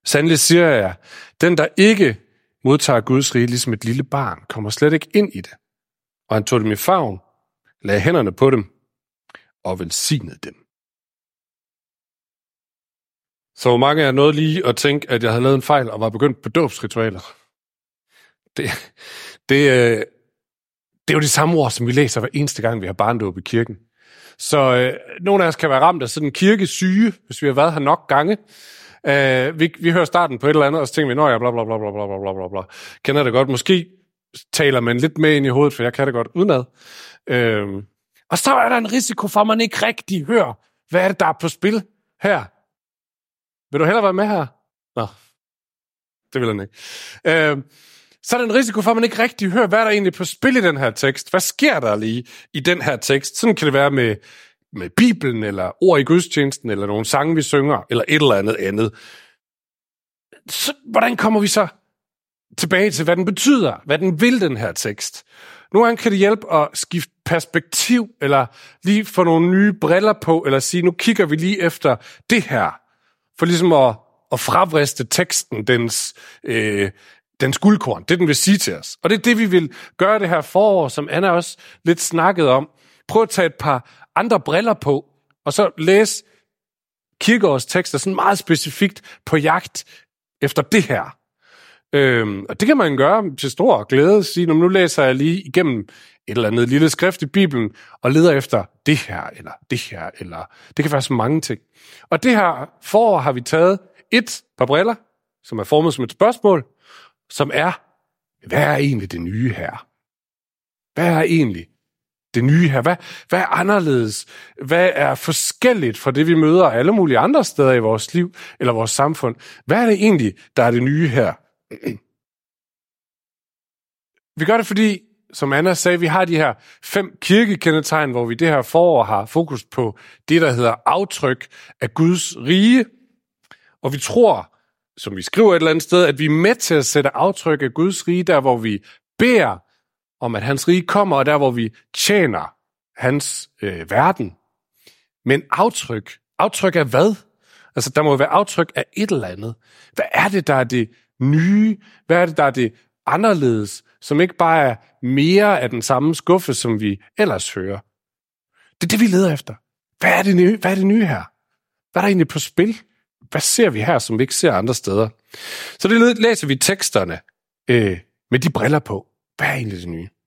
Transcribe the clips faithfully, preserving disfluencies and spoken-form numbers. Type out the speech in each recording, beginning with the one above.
Sandelig siger jeg, den der ikke modtager Guds rige ligesom et lille barn, kommer slet ikke ind i det. Og han tog dem i favn, lagde hænderne på dem og velsignede dem. Så hvor mange er noget lige at tænke, at jeg havde lavet en fejl og var begyndt på dåbsritualer? Det, det, øh, det er jo de samme ord, som vi læser hver eneste gang, vi har barndåb i kirken. Så øh, nogle af os kan være ramt af sådan en kirkesyge, hvis vi har været her nok gange. Øh, vi, vi hører starten på et eller andet, og så tænker vi, nå ja, bla bla bla bla bla bla bla bla. Kender det godt. Måske taler man lidt med ind i hovedet, for jeg kan det godt udenad. Øh, og så er der en risiko for, at man ikke rigtig hører, hvad er det, der er på spil her. Vil du hellere være med her? Nå, det vil han ikke. Øh, så er der en risiko for, at man ikke rigtig hører, hvad er der egentlig på spil i den her tekst. Hvad sker der lige i den her tekst? Sådan kan det være med, med Bibelen, eller ord i gudstjenesten, eller nogle sange, vi synger, eller et eller andet andet. Så hvordan kommer vi så tilbage til, hvad den betyder? Hvad den vil, den her tekst? Nogle gange kan det hjælpe at skifte perspektiv, eller lige få nogle nye briller på, eller sige, nu kigger vi lige efter det her, for ligesom at, at fravriste teksten, dens, øh, dens guldkorn, det den vil sige til os. Og det er det, vi vil gøre det her forår, som Anna også lidt snakkede om. Prøv at tage et par andre briller på, og så læse Kierkegaards tekster sådan meget specifikt på jagt efter det her. Øhm, og det kan man gøre til stor glæde, sige, nu læser jeg lige igennem et eller andet lille skrift i Bibelen, og leder efter det her, eller det her, eller det kan være så mange ting. Og det her forår har vi taget et par briller, som er formet som et spørgsmål, som er, hvad er egentlig det nye her? Hvad er egentlig det nye her? Hvad, hvad er anderledes? Hvad er forskelligt fra det, vi møder alle mulige andre steder i vores liv, eller vores samfund? Hvad er det egentlig, der er det nye her? Vi gør det, fordi, som Anna sagde, vi har de her fem kirkekendetegn, hvor vi det her forår har fokus på det, der hedder aftryk af Guds rige. Og vi tror, som vi skriver et eller andet sted, at vi er med til at sætte aftryk af Guds rige, der hvor vi beder om, at hans rige kommer, og der hvor vi tjener hans øh, verden. Men aftryk, aftryk af hvad? Altså, der må være aftryk af et eller andet. Hvad er det, der er det nye? Hvad er det, der er det anderledes, som ikke bare er mere af den samme skuffe, som vi ellers hører? Det er det, vi leder efter. Hvad er det nye, hvad er det nye her? Hvad er der egentlig på spil? Hvad ser vi her, som vi ikke ser andre steder? Så det læser vi teksterne øh, med de briller på. Hvad er egentlig det nye?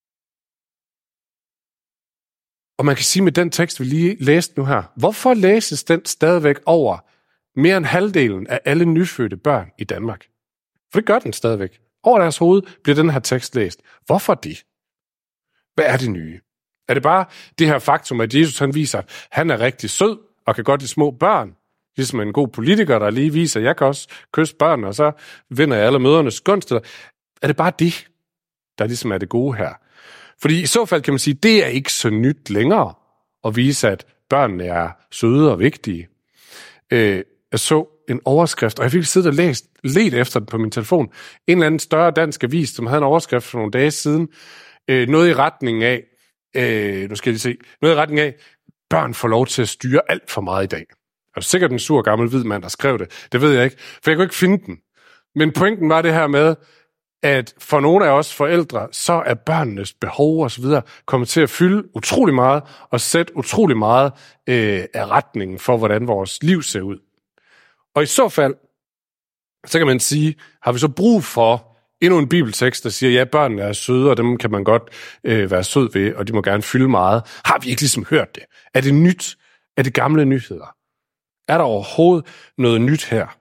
Og man kan sige med den tekst, vi lige læste nu her, hvorfor læses den stadigvæk over mere end halvdelen af alle nyfødte børn i Danmark? For det gør den stadigvæk. Over deres hoved bliver den her tekst læst. Hvorfor det? Hvad er det nye? Er det bare det her faktum, at Jesus han viser, at han er rigtig sød og kan godt lide små børn? Ligesom en god politiker, der lige viser, at jeg kan også kysse børn, og så vinder jeg alle mødernes gunst. Er det bare det, der ligesom er det gode her? Fordi i så fald kan man sige, at det er ikke så nyt længere at vise, at børnene er søde og vigtige. Øh, jeg så en overskrift, og jeg fik siddet og læst, let efter den på min telefon. En eller anden større dansk avis, som havde en overskrift for nogle dage siden. Øh, noget i retning af, øh, nu skal jeg lige se, noget i retning af, børn får lov til at styre alt for meget i dag. Og sikkert en sur gammel hvid mand, der skrev det. Det ved jeg ikke, for jeg kunne ikke finde den. Men pointen var det her med, at for nogle af os forældre, så er børnenes behov og så videre kommet til at fylde utrolig meget, og sætte utrolig meget øh, af retningen for, hvordan vores liv ser ud. Og i så fald, så kan man sige, har vi så brug for endnu en bibeltekst, der siger, ja, børnene er søde, og dem kan man godt øh, være sød ved, og de må gerne fylde meget. Har vi ikke ligesom hørt det? Er det nyt? Er det gamle nyheder? Er der overhovedet noget nyt her?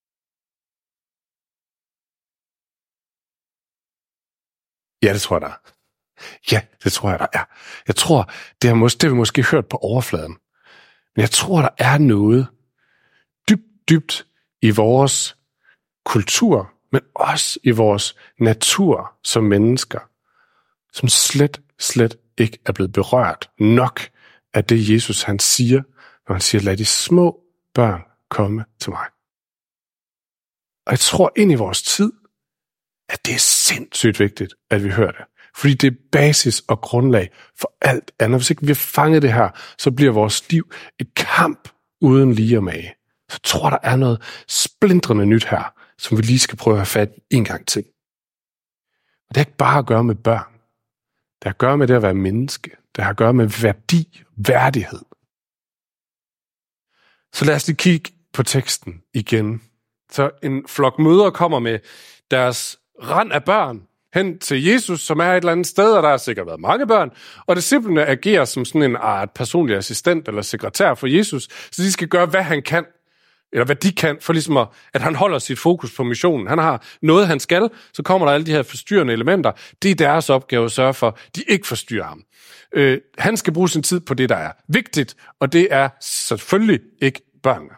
Ja, det tror jeg, der er. Ja, det tror jeg, der er. Jeg tror, det har, måske, det har vi måske hørt på overfladen. Men jeg tror, der er noget dybt, dybt i vores kultur, men også i vores natur som mennesker, som slet, slet ikke er blevet berørt nok af det, Jesus han siger, når han siger, lad de små børn komme til mig. Og jeg tror ind i vores tid, at det er sindssygt vigtigt, at vi hører det. Fordi det er basis og grundlag for alt andet. Hvis ikke vi har fanget det her, så bliver vores liv et kamp uden lige og mage. så tror jeg, der er noget splintrende nyt her, som vi lige skal prøve at have fat i en gang til. Og det har ikke bare at gøre med børn. Det har at gøre med det at være menneske. Det har at gøre med værdi, værdighed. Så lad os lige kigge på teksten igen. Så en flok mødre kommer med deres rand af børn hen til Jesus, som er et eller andet sted, og der har sikkert været mange børn, og disciplene agerer som sådan en art personlig assistent eller sekretær for Jesus, så de skal gøre, hvad han kan, eller hvad de kan, for ligesom at, at han holder sit fokus på missionen. Han har noget, han skal, så kommer der alle de her forstyrrende elementer. Det er deres opgave at sørge for, at de ikke forstyrrer ham. Øh, han skal bruge sin tid på det, der er vigtigt, og det er selvfølgelig ikke børnene.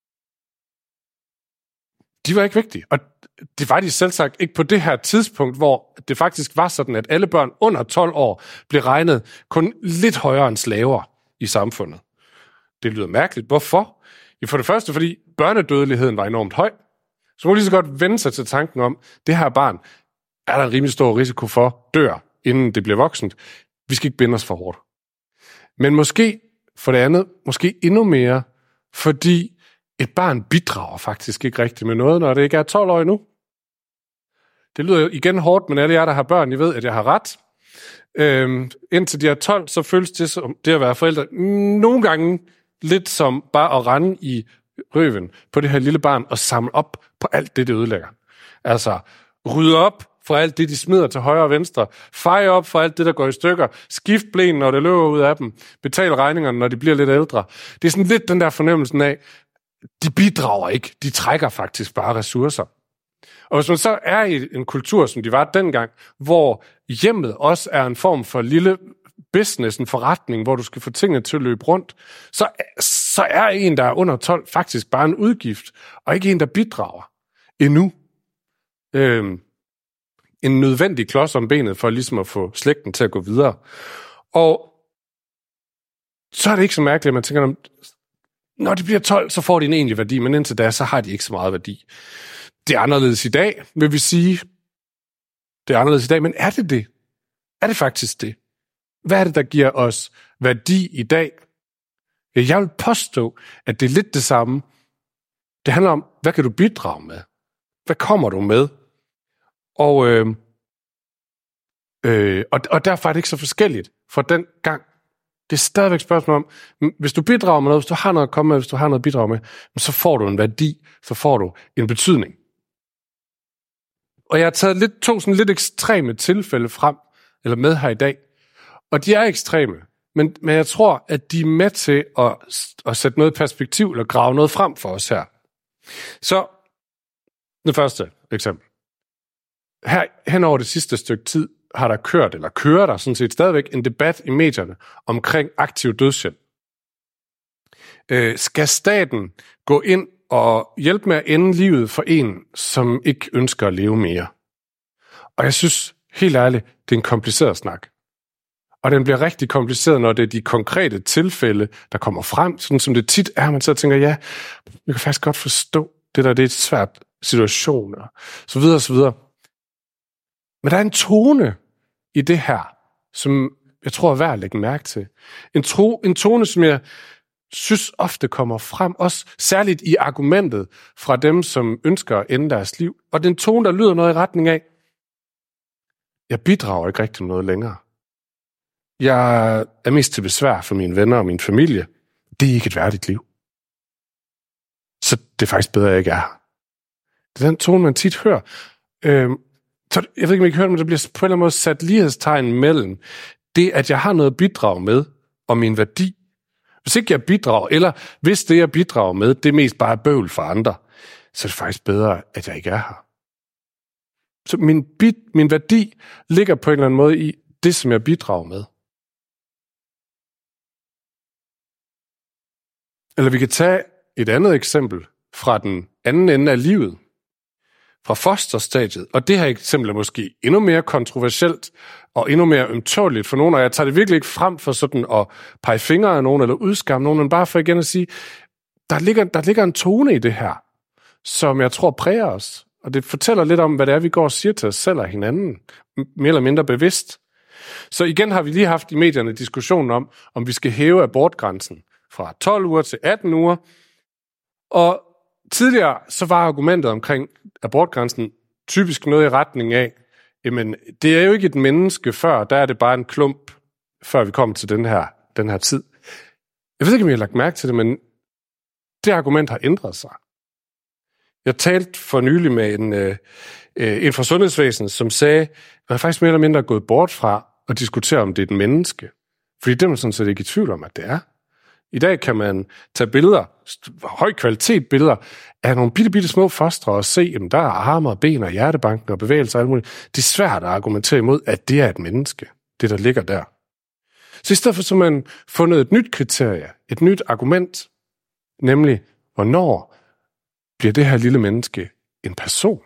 De var ikke vigtige, og det var de selvsagt ikke på det her tidspunkt, hvor det faktisk var sådan, at alle børn under tolv år blev regnet kun lidt højere end slaver i samfundet. Det lyder mærkeligt. Hvorfor? Ja, for det første, fordi børnedødeligheden var enormt høj. Så må lige så godt vende sig til tanken om, det her barn er der en rimelig stor risiko for dør, inden det bliver voksent. Vi skal ikke binde os for hårdt. Men måske, for det andet, måske endnu mere, fordi et barn bidrager faktisk ikke rigtigt med noget, når det ikke er tolv år endnu. Det lyder igen hårdt, men alle jer, der har børn, I ved, at jeg har ret. Øhm, indtil de er tolv, så føles det som det at være forældre nogle gange lidt som bare at rende i røven på det her lille barn og samle op på alt det, det ødelægger. Altså, rydde op for alt det, de smider til højre og venstre, feje op for alt det, der går i stykker, skift blæen, når det løber ud af dem, betal regningerne, når de bliver lidt ældre. Det er sådan lidt den der fornemmelsen af, de bidrager ikke, de trækker faktisk bare ressourcer. Og hvis man så er i en kultur, som de var dengang, hvor hjemmet også er en form for lille business, en forretning, hvor du skal få tingene til at løbe rundt, så, så er en, der er under tolv, faktisk bare en udgift, og ikke en, der bidrager endnu. Øhm, en nødvendig klods om benet for ligesom at få slægten til at gå videre. Og så er det ikke så mærkeligt, at man tænker, når de bliver tolv, så får de en egentlig værdi, men indtil da, så har de ikke så meget værdi. Det er anderledes i dag, vil vi sige. Det er anderledes i dag, men er det det? Er det faktisk det? Hvad er det, der giver os værdi i dag? Jeg vil påstå, at det er lidt det samme. Det handler om, hvad kan du bidrage med? Hvad kommer du med? Og, øh, øh, og, og derfor er det ikke så forskelligt fra den gang. Det er stadigvæk et spørgsmål om, hvis du bidrager med noget, hvis du har noget at komme med, hvis du har noget at bidrage med, så får du en værdi, så får du en betydning. Og jeg har taget lidt, to sådan lidt ekstreme tilfælde frem, eller med her i dag, og de er ekstreme, men, men jeg tror, at de er med til at, at sætte noget i perspektiv, eller grave noget frem for os her. Så, det første eksempel. Her hen over det sidste stykke tid, har der kørt, eller kører der sådan set stadigvæk en debat i medierne omkring aktiv dødshjælp. Øh, skal staten gå ind og hjælpe med at ende livet for en, som ikke ønsker at leve mere? Og jeg synes, helt ærligt, det er en kompliceret snak. Og den bliver rigtig kompliceret, når det er de konkrete tilfælde, der kommer frem, sådan som det tit er, man så tænker, ja, jeg kan faktisk godt forstå, det der det er et svært situation, og så videre, og så videre. Men der er en tone i det her, som jeg tror er værd at lægge mærke til. En, tro, en tone, som jeg synes ofte kommer frem, også særligt i argumentet fra dem, som ønsker at ende deres liv. Og det er en tone, der lyder noget i retning af, jeg bidrager ikke rigtig noget længere. Jeg er mest til besvær for mine venner og min familie. Det er ikke et værdigt liv. Så det er faktisk bedre, at jeg ikke er her. Det er den tone, man tit hører. Øhm, så jeg ved ikke, om I kan høre det, men der bliver på en eller anden måde sat lighedstegn mellem det, at jeg har noget at bidrage med, og min værdi. Hvis ikke jeg bidrager, eller hvis det, jeg bidrager med, det er mest bare bøvl for andre, så er det faktisk bedre, at jeg ikke er her. Så min, bit, min værdi ligger på en eller anden måde i det, som jeg bidrager med. Eller vi kan tage et andet eksempel fra den anden ende af livet, fra fosterstadiet. Og det her eksempel er måske endnu mere kontroversielt og endnu mere ømtåligt for nogen, og jeg tager det virkelig ikke frem for sådan at pege fingre af nogen eller udskamme nogen, men bare for igen at sige, der ligger, der ligger en tone i det her, som jeg tror præger os. Og det fortæller lidt om, hvad det er, vi går og siger til os selv og hinanden, mere eller mindre bevidst. Så igen har vi lige haft i medierne diskussionen om, om vi skal hæve abortgrænsen fra tolv uger til atten uger. Og tidligere så var argumentet omkring abortgrænsen typisk noget i retning af, jamen, det er jo ikke et menneske før, der er det bare en klump, før vi kommer til den her, den her tid. Jeg ved ikke, om I har lagt mærke til det, men det argument har ændret sig. Jeg talte for nylig med en, øh, en fra sundhedsvæsenet, som sagde, at jeg er faktisk mere eller mindre gået bort fra at diskutere, om det er et menneske. Fordi det er man sådan set ikke i tvivl om, at det er. I dag kan man tage billeder, høj kvalitet billeder, af nogle bitte, bitte små fostre og se, at der er arme og ben og hjertebanken og bevægelser og alt muligt. Det er svært at argumentere imod, at det er et menneske, det der ligger der. Så i stedet for så har man fundet et nyt kriterie, et nyt argument, nemlig, hvornår bliver det her lille menneske en person?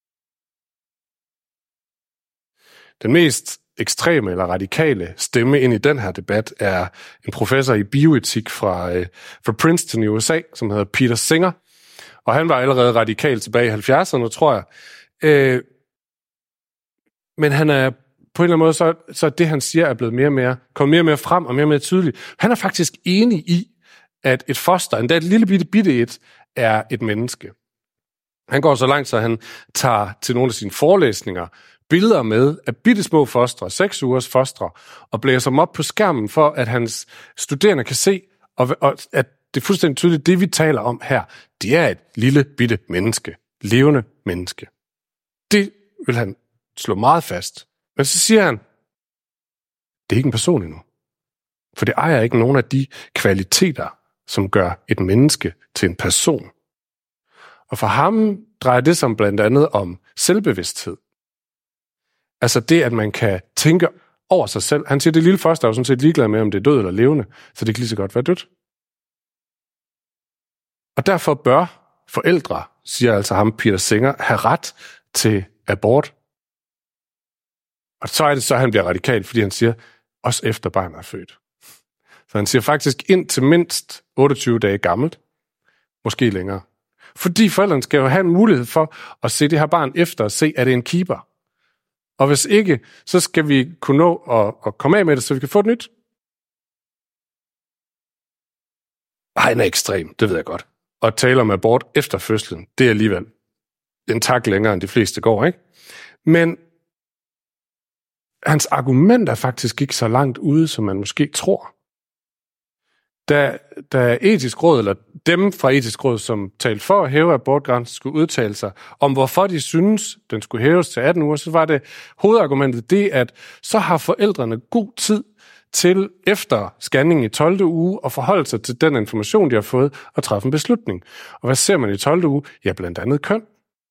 Den mest ekstreme eller radikale stemme ind i den her debat er en professor i bioetik fra, øh, fra Princeton i U S A, som hedder Peter Singer. Og han var allerede radikal tilbage i halvfjerdserne, tror jeg. Øh, men han er på en eller anden måde, så, så det han siger er blevet mere og mere, kommet mere og mere frem og mere og mere tydeligt. Han er faktisk enig i, at et foster, endda et lille bitte bitte et, er et menneske. Han går så langt, så han tager til nogle af sine forelæsninger billeder med af bittesmå fostre, seks ugers fostre, og blæser dem op på skærmen for, at hans studerende kan se, og, og at det er fuldstændig tydeligt, det vi taler om her, det er et lille bitte menneske, levende menneske. Det vil han slå meget fast. Men så siger han, det er ikke en person endnu. For det ejer ikke nogen af de kvaliteter, som gør et menneske til en person. Og for ham drejer det sig blandt andet om selvbevidsthed. Altså det, at man kan tænke over sig selv. Han siger, det lille foster er jo sådan set ligeglad med, om det er død eller levende, så det kan lige så godt være dødt. Og derfor bør forældre, siger altså ham Peter Singer, have ret til abort. Og så er det så, at han bliver radikal, fordi han siger, også efter barnet er født. Så han siger faktisk ind til mindst otteogtyve dage gammelt, måske længere. Fordi forældrene skal jo have en mulighed for at se det her barn efter og se, er det en keeper. Og hvis ikke, så skal vi kunne nå at, at komme af med det, så vi kan få et nyt. Ej, han er ekstrem, det ved jeg godt. Og at tale om abort efter fødslen, det er alligevel en tak længere, end de fleste går, ikke? Men hans argument er faktisk ikke så langt ude, som man måske tror. Da, da etisk råd, eller dem fra etisk råd, som talte for at hæve abortgrænsen, skulle udtale sig om, hvorfor de synes, den skulle hæves til atten uger, så var det hovedargumentet det, at så har forældrene god tid til efter scanningen i tolvte uge at forholde sig til den information, de har fået, og træffe en beslutning. Og hvad ser man i tolvte uge? Ja, blandt andet køn.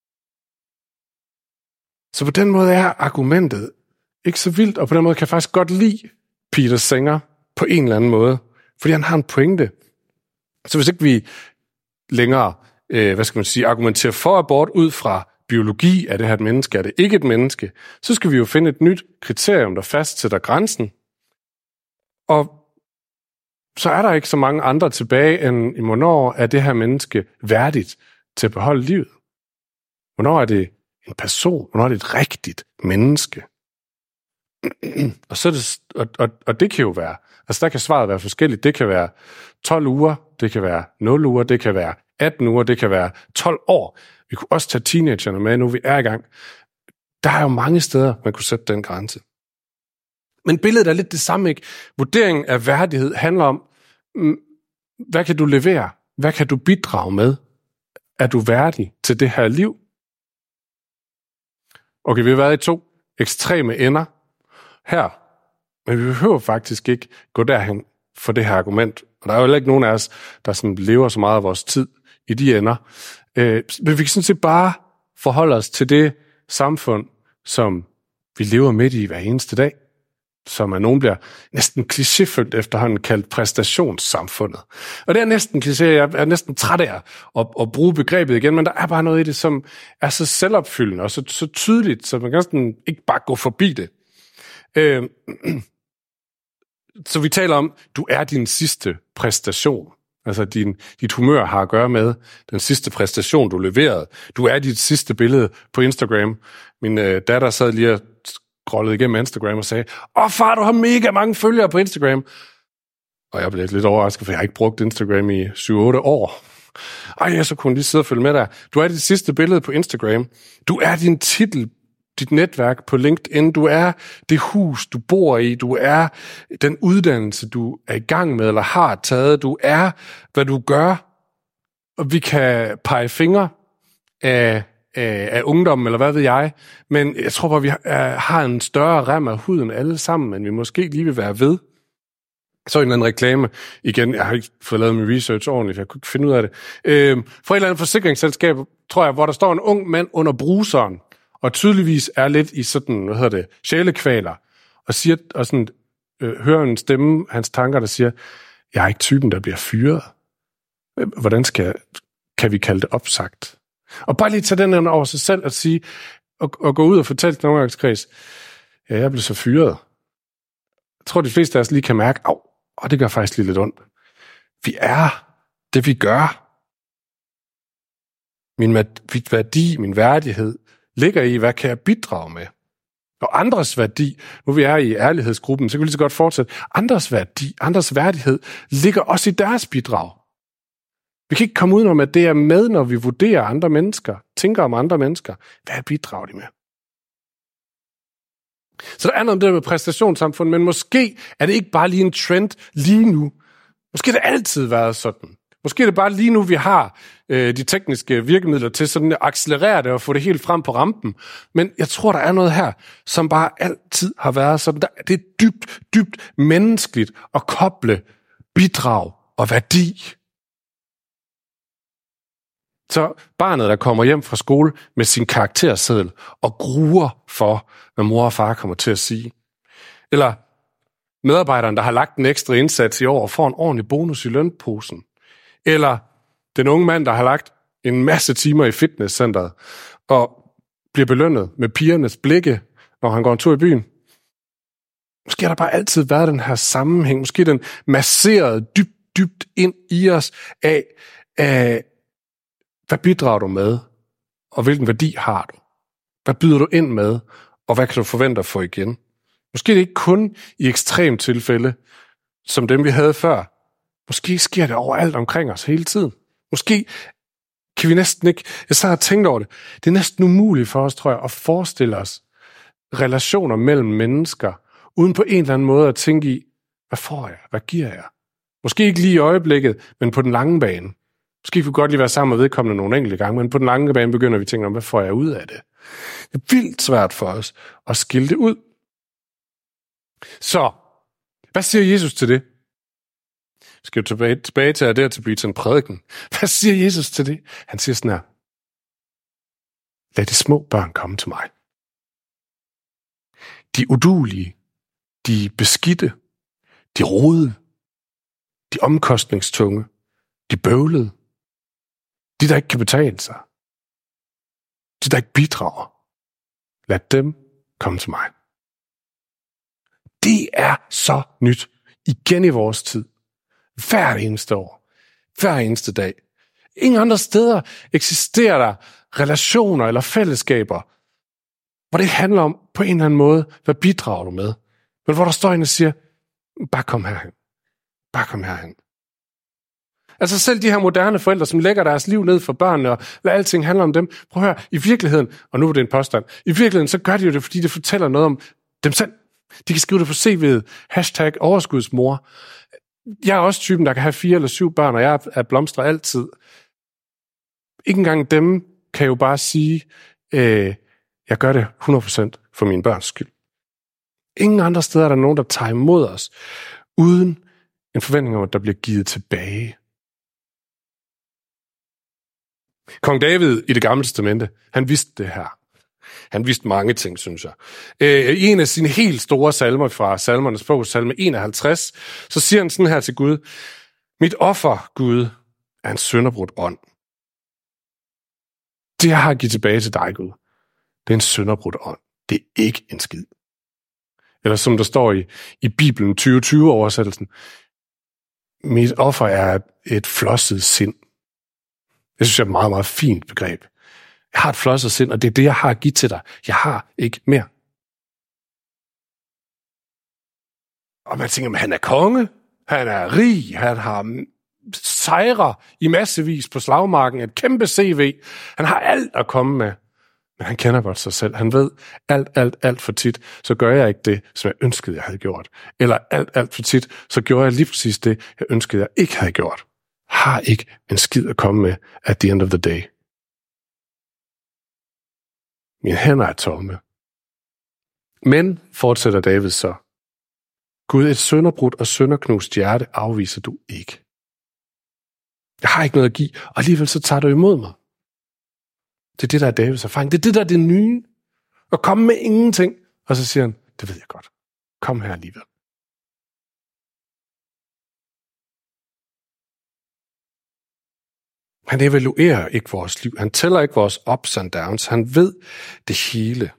Så på den måde er argumentet ikke så vildt, og på den måde kan jeg faktisk godt lide Peter Singer på en eller anden måde, fordi han har en pointe. Så hvis ikke vi længere, øh, hvad skal man sige, argumenterer for abort ud fra biologi, er det her et menneske, er det ikke et menneske, så skal vi jo finde et nyt kriterium, der fastsætter grænsen. Og så er der ikke så mange andre tilbage, end hvornår er det her menneske værdigt til at beholde livet. Hvornår er det en person? Hvornår er det et rigtigt menneske? og, så er det, og, og, og det kan jo være, altså der kan svaret være forskelligt. Det kan være tolv uger, det kan være nul uger, det kan være atten uger, det kan være tolv år. Vi kunne også tage teenagerne med, nu vi er i gang. Der er jo mange steder, man kunne sætte den grænse. Men billedet er lidt det samme, ikke? Vurderingen af værdighed handler om, hvad kan du levere? Hvad kan du bidrage med? Er du værdig til det her liv? Okay, vi har været i to ekstreme ender her, men vi behøver faktisk ikke gå derhen for det her argument. Og der er jo heller ikke nogen af os, der sådan lever så meget af vores tid i de ender. Øh, men vi kan sådan set bare forholde os til det samfund, som vi lever midt i hver eneste dag, som af nogen bliver næsten klichéfyldt efterhånden kaldt præstationssamfundet. Og det er næsten kliché, jeg er næsten træt af at, at bruge begrebet igen, men der er bare noget i det, som er så selvopfyldende og så, så tydeligt, så man kan næsten ikke bare gå forbi det. Øh, så vi taler om, du er din sidste præstation. Altså din, dit humør har at gøre med den sidste præstation, du leverede. Du er dit sidste billede på Instagram. Min øh, datter sad lige og scrollede igennem Instagram og sagde, åh far, du har mega mange følgere på Instagram. Og jeg blev lidt overrasket, for jeg har ikke brugt Instagram i syv otte år. Ej, så kunne lige sidde og følge med der. Du er dit sidste billede på Instagram. Du er din titel, dit netværk på LinkedIn. Du er det hus, du bor i. Du er den uddannelse, du er i gang med eller har taget. Du er, hvad du gør. Og vi kan pege fingre af, af, af ungdommen, eller hvad ved jeg. Men jeg tror bare, vi har, har en større rem af huden alle sammen, men vi måske lige vil være ved. Så en eller anden reklame. Igen, jeg har ikke fået lavet min research ordentligt, for jeg kunne ikke finde ud af det. Øh, for et eller andet forsikringsselskab, tror jeg, hvor der står en ung mand under bruseren, og tydeligvis er lidt i sådan, hvad hedder det, sjælekvaler, og siger, og sådan, øh, hører en stemme, hans tanker, der siger, jeg er ikke typen, der bliver fyret. Hvordan skal, kan vi kalde det opsagt? Og bare lige tage den over sig selv og sige, og, og gå ud og fortælle til en omgangskreds, ja, jeg blev så fyret. Jeg tror, de fleste af os lige kan mærke, au, og det gør faktisk lige lidt ondt. Vi er det, vi gør. Min værdi, min værdighed, ligger i, hvad kan jeg bidrage med? Og andres værdi, nu vi er i ærlighedsgruppen, så kan vi lige så godt fortsætte. Andres værdi, andres værdighed, ligger også i deres bidrag. Vi kan ikke komme udenom, at det er med, når vi vurderer andre mennesker, tænker om andre mennesker. Hvad bidrager de med? Så der er noget om det med præstationssamfund, men måske er det ikke bare lige en trend lige nu. Måske har det altid været sådan. Måske er det bare lige nu, vi har øh, de tekniske virkemidler til sådan at accelerere det og få det helt frem på rampen. Men jeg tror, der er noget her, som bare altid har været sådan. Det er dybt, dybt menneskeligt at koble bidrag og værdi. Så barnet, der kommer hjem fra skole med sin karakterseddel og gruer for, hvad mor og far kommer til at sige. Eller medarbejderen, der har lagt en ekstra indsats i år og får en ordentlig bonus i lønposen. Eller den unge mand, der har lagt en masse timer i fitnesscenteret og bliver belønnet med pigernes blikke, når han går en tur i byen. Måske har der bare altid været den her sammenhæng. Måske den masseret dybt, dybt ind i os af, af hvad bidrager du med, og hvilken værdi har du? Hvad byder du ind med, og hvad kan du forvente at få igen? Måske er det ikke kun i ekstrem tilfælde, som dem vi havde før. Måske sker det overalt omkring os hele tiden. Måske kan vi næsten ikke, jeg så har tænkt over det, det er næsten umuligt for os, tror jeg, at forestille os relationer mellem mennesker, uden på en eller anden måde at tænke i, hvad får jeg, hvad giver jeg? Måske ikke lige i øjeblikket, men på den lange bane. Måske kunne vi godt lige være sammen med vedkommende nogle enkelte gange, men på den lange bane begynder vi at tænke om, hvad får jeg ud af det? Det er vildt svært for os at skille det ud. Så, hvad siger Jesus til det? Vi skal jo tilbage, tilbage til, at det er til at blive til en prædiken. Hvad siger Jesus til det? Han siger sådan her, lad de små børn komme til mig. De uduelige, de beskidte, de rodede, de omkostningstunge, de bøvlede, de der ikke kan betale sig, de der ikke bidrager. Lad dem komme til mig. Det er så nyt. Igen i vores tid. Hver eneste år. Hver eneste dag. Ingen andre steder eksisterer der relationer eller fællesskaber, hvor det handler om på en eller anden måde, hvad bidrager du med? Men hvor der står en og siger, bare kom herhen. Bare kom herhen. Altså selv de her moderne forældre, som lægger deres liv ned for børnene, og hvad alting handler om dem. Prøv at høre, i virkeligheden, og nu er det en påstand, i virkeligheden så gør de jo det, fordi det fortæller noget om dem selv. De kan skrive det på C V'et, hashtag overskudsmor. Jeg er også typen, der kan have fire eller syv børn, og jeg er blomstret altid. Ikke engang dem kan jo bare sige, øh, jeg gør det hundrede procent for mine børns skyld. Ingen andre steder er der nogen, der tager imod os, uden en forventning om, at der bliver givet tilbage. Kong David i Det Gamle Testamente, han vidste det her. Han vidste mange ting, synes jeg. Øh, I en af sine helt store salmer fra salmernes bog, salme enoghalvtreds, så siger han sådan her til Gud, mit offer, Gud, er en sønderbrudt ånd. Det, jeg har givet tilbage til dig, Gud, det er en sønderbrudt ånd. Det er ikke en skid. Eller som der står i, i Bibelen tyve tyve-oversættelsen, mit offer er et, et flosset sind. Det synes jeg er et meget, meget fint begreb. Jeg har et flosset sind, og det er det, jeg har at give til dig. Jeg har ikke mere. Og man tænker, at han er konge, han er rig, han har sejrer i massevis på slagmarken, et kæmpe C V. Han har alt at komme med, men han kender godt sig selv. Han ved, alt, alt, alt for tit, så gør jeg ikke det, som jeg ønskede, jeg havde gjort. Eller alt, alt for tit, så gjorde jeg lige præcis det, jeg ønskede, jeg ikke havde gjort. Har ikke en skid at komme med at the end of the day. Mine hænder er tomme. Men, fortsætter David så, Gud, et sønderbrudt og sønderknust hjerte afviser du ikke. Jeg har ikke noget at give, og alligevel så tager du imod mig. Det er det, der er Davids erfaring. Det er det, der er det nye. At komme med ingenting. Og så siger han, det ved jeg godt. Kom her alligevel. Han evaluerer ikke vores liv. Han tæller ikke vores ups and downs. Han ved det hele.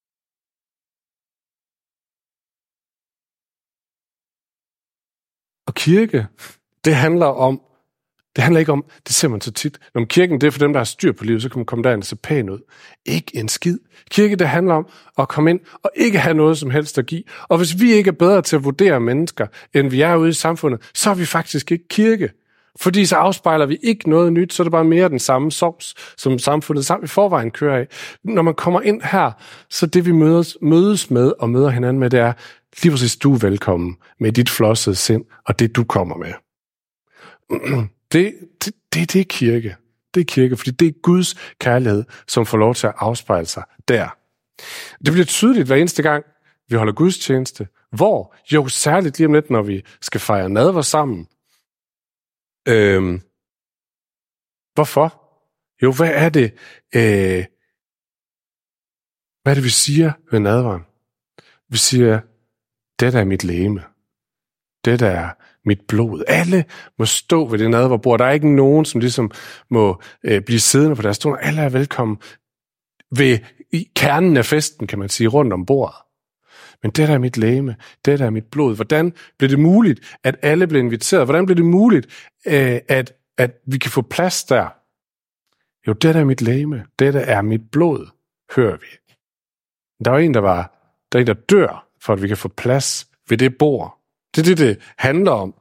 Og kirke, det handler om, det handler ikke om, det ser man så tit. Når kirken, det er for dem, der har styr på livet, så kan man komme derind og se pæn ud. Ikke en skid. Kirke, det handler om at komme ind og ikke have noget som helst at give. Og hvis vi ikke er bedre til at vurdere mennesker, end vi er ude i samfundet, så er vi faktisk ikke kirke. Fordi så afspejler vi ikke noget nyt, så er det bare mere den samme sovs, som samfundet sammen i forvejen kører af. Når man kommer ind her, så det vi mødes, mødes med og møder hinanden med, det er lige præcis, du er velkommen med dit flossede sind og det, du kommer med. Det, det, det, det er kirke. Det er kirke, fordi det er Guds kærlighed, som får lov til at afspejle sig der. Det bliver tydeligt hver eneste gang, vi holder gudstjeneste. Hvor? Jo, særligt lige om lidt, når vi skal fejre nadver sammen. Øhm, hvorfor? Jo, hvad er det, øh, hvad er det, vi siger ved nadveren? Vi siger, dette er mit legeme. Dette er mit blod. Alle må stå ved det nadverbord. Der er ikke nogen, som ligesom må øh, blive siddende på deres stol. Alle er velkommen ved i kernen af festen, kan man sige, rundt om bordet. Men det der er mit legeme, det der er mit blod. Hvordan blev det muligt, at alle blev inviteret? Hvordan blev det muligt, øh, at, at vi kan få plads der? Jo, det der er mit legeme, det der er mit blod, hører vi. Der er en, der var, der er en, der dør, for at vi kan få plads ved det bord. Det er det, det handler om.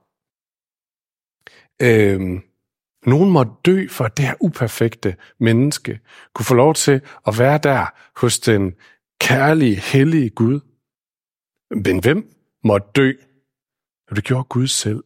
Øhm, nogen må dø, for at det her uperfekte menneske kunne få lov til at være der hos den kærlige, hellige Gud. Men hvem måtte dø? Jo, det gjorde Gud selv.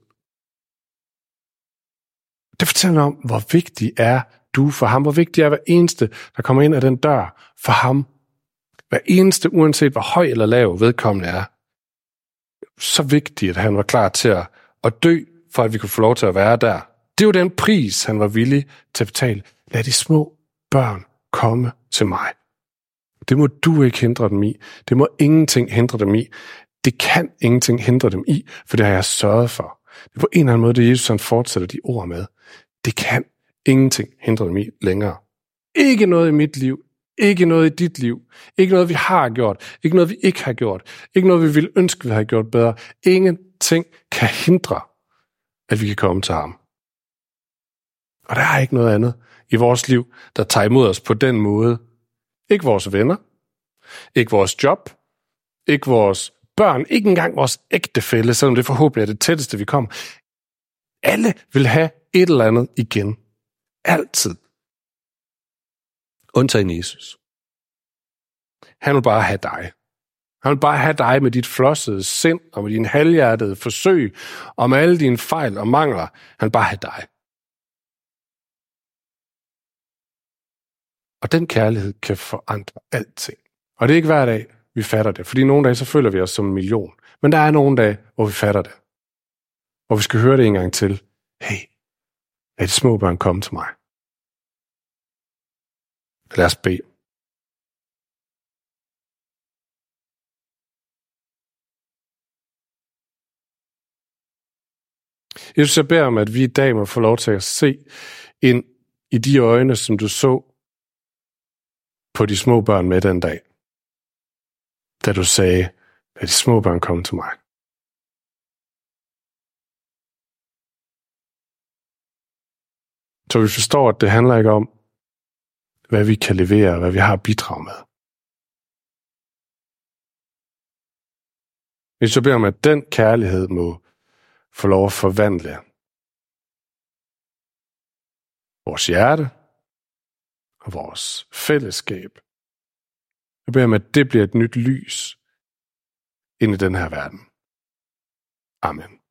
Det fortæller om, hvor vigtig er du for ham. Hvor vigtig er hver eneste, der kommer ind ad den dør for ham. Hver eneste, uanset hvor høj eller lav vedkommende er. Så vigtigt, at han var klar til at, at dø, for at vi kunne få lov til at være der. Det var den pris, han var villig til at betale. Lad de små børn komme til mig. Det må du ikke hindre dem i. Det må ingenting hindre dem i. Det kan ingenting hindre dem i, for det har jeg sørget for. Det er på en eller anden måde, det Jesus han fortsætter de ord med. Det kan ingenting hindre dem i længere. Ikke noget i mit liv. Ikke noget i dit liv. Ikke noget, vi har gjort. Ikke noget, vi ikke har gjort. Ikke noget, vi ville ønske, vi havde gjort bedre. Ingenting kan hindre, at vi kan komme til ham. Og der er ikke noget andet i vores liv, der tager imod os på den måde. Ikke vores venner. Ikke vores job. Ikke vores børn. Ikke engang vores ægtefælle, selvom det forhåbentlig er det tætteste, vi kommer. Alle vil have et eller andet igen. Altid. Undtagen Jesus. Han vil bare have dig. Han vil bare have dig med dit flossede sind, og med din halvhjertede forsøg, og med alle dine fejl og mangler. Han vil bare have dig. Og den kærlighed kan forandre alting. Og det er ikke hver dag, vi fatter det. Fordi nogle dage, så føler vi os som en million. Men der er nogle dage, hvor vi fatter det. Hvor vi skal høre det en gang til. Hey, lad de små børn komme til mig. Lad os bede. Jesus, jeg beder om, at vi i dag må få lov til at se ind i de øjne, som du så på de små børn med den dag. Da du sagde, lad de små børn komme til mig. Så vi forstår, at det handler ikke om, hvad vi kan levere, hvad vi har at bidrage med. Vi så beder om, at den kærlighed må få lov at forvandle vores hjerte og vores fællesskab. Jeg beder om, at det bliver et nyt lys ind i den her verden. Amen.